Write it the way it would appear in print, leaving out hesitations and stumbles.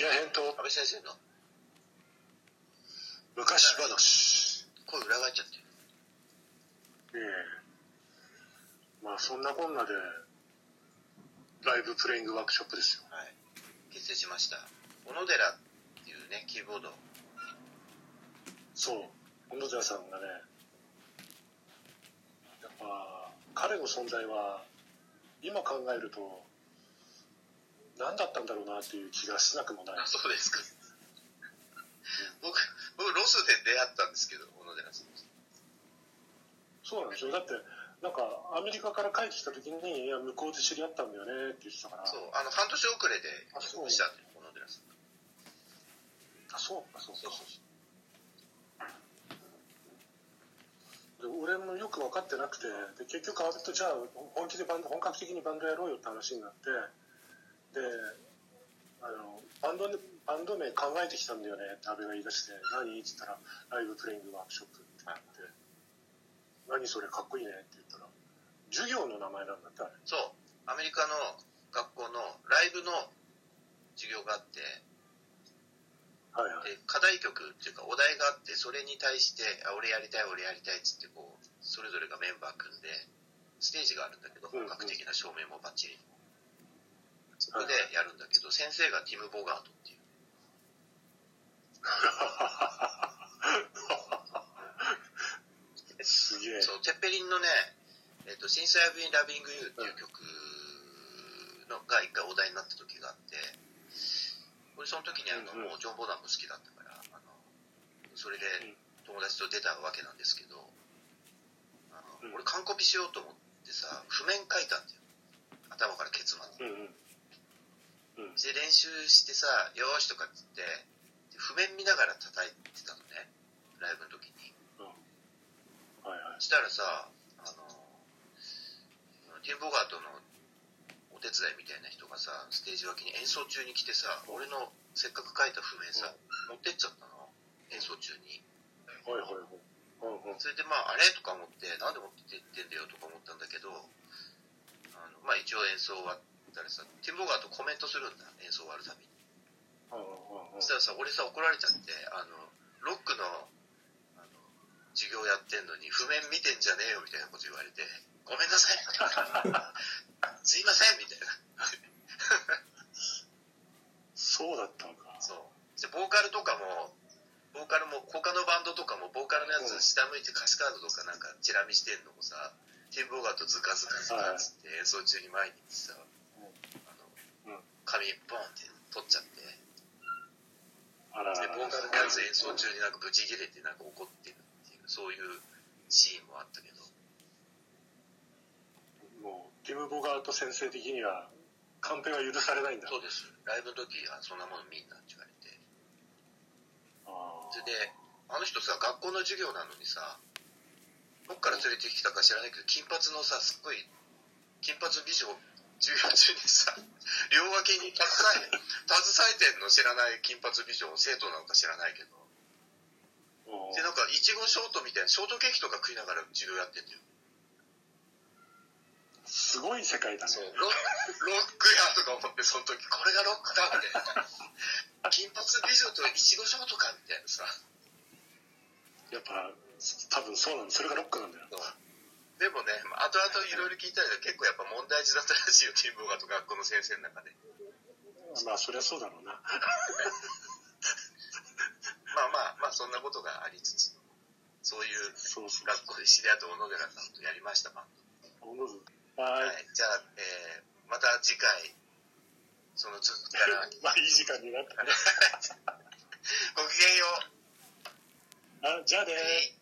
キア編と安倍先生の昔話。 声裏返っちゃってる。 まあそんなこんなでライブプレイングワークショップですよ。 はい。結成しました。小野寺っていうね、キーボード。 そう。小野寺さんがね、やっぱ彼の存在は今考えると何だったんだろうなっていう気がしなくもない。 あ、そうですか。僕ロスで出会ったんですけど、小野寺さん。 そうなんですよ。だってなんかアメリカから帰ってきた時に、いや向こうで知り合ったんだよねって言ってたから。 そう、半年遅れで帰国したんで、小野寺さん。 あ、そうかそうか。で俺もよく分かってなくて、で結局じゃあ本格的にバンドやろうよって話になって、でバンド名考えてきたんだよねって阿部が言い出して、何って言ったらライブプレイングワークショップって言って、何それかっこいいねって言ったら授業の名前なんだって。あれそう、アメリカの学校のライブの授業があって、 はいはい、 で課題曲っていうかお題があって、それに対して俺やりたいっつってこうそれぞれがメンバー組んでステージがあるんだけど、本格的な照明もバッチリ、そこでやるんだけど、先生がティム・ボガートっていうすげえ。 そう、テッペリンのね、Since I've Been Loving You っていう曲が一回お題になった時があって、俺その時にもうジョン・ボーダンも好きだったから、それで友達と出たわけなんですけど、俺完コピしようと思ってさ、譜面書いたんだよ、頭からケツまで、で練習してさ、よーしとかっつって譜面見ながら叩いてたのね、ライブの時に。したらさ、ティム・ボガートのお手伝いみたいな人がさ、ステージ脇に演奏中に来てさ、俺のせっかく書いた譜面さ、持ってっちゃったの、演奏中に。それでまああれとか思って、なんで持ってってんだよとか思ったんだけど、まあ一応演奏終わったらさ、ティム・ボガートコメントするんだ、演奏終わるたびに。そしたらさ、俺さ怒られちゃって、ロックの授業やってんのに譜面見てんじゃねえよみたいなこと言われて、ごめんなさいすいませんみたいなそうだったのか。 そうで、ボーカルも他のバンドとかもボーカルのやつ下向いて歌詞カードとかなんかチラ見してんのもさ、ティム・ボーガートズカズカズカっつって演奏中に前に行ってさ、紙ボンって取っちゃって、でボーカルのやつ演奏中になんかブチ切れてなんか怒ってるっていう、そういうシーンもあったけど、 もうティム・ボガート先生的にはカンペは許されないんだ。 そうです。ライブの時はそんなもの見んなって言われて、それであの人さ、学校の授業なのにさ、どっから連れてきたか知らないけど、金髪のさ、すっごい金髪美女、授業中にさ、両脇に携えてんの知らない金髪美女、生徒なのか知らないけど、でなんかいちごショートみたいなショートケーキとか食いながら授業やってんだよ。 すごい世界だね。 そう、ロックやとか思って、その時これがロックだみたいな金髪美女といちごショートかみたいなさ、 やっぱ多分そうなの、それがロックなんだよ。 でもね、後々いろいろ聞いたら結構やっぱ問題児だったらしいよ、ティム・ボガート学校の先生の中で。 まあそりゃそうだろうなまあそんなことがありつつ、そういう学校で知り合った小野寺さんとやりました、バンド。はい、じゃあ、また次回その続きからまあいい時間になったねごきげんよう。 じゃあねー。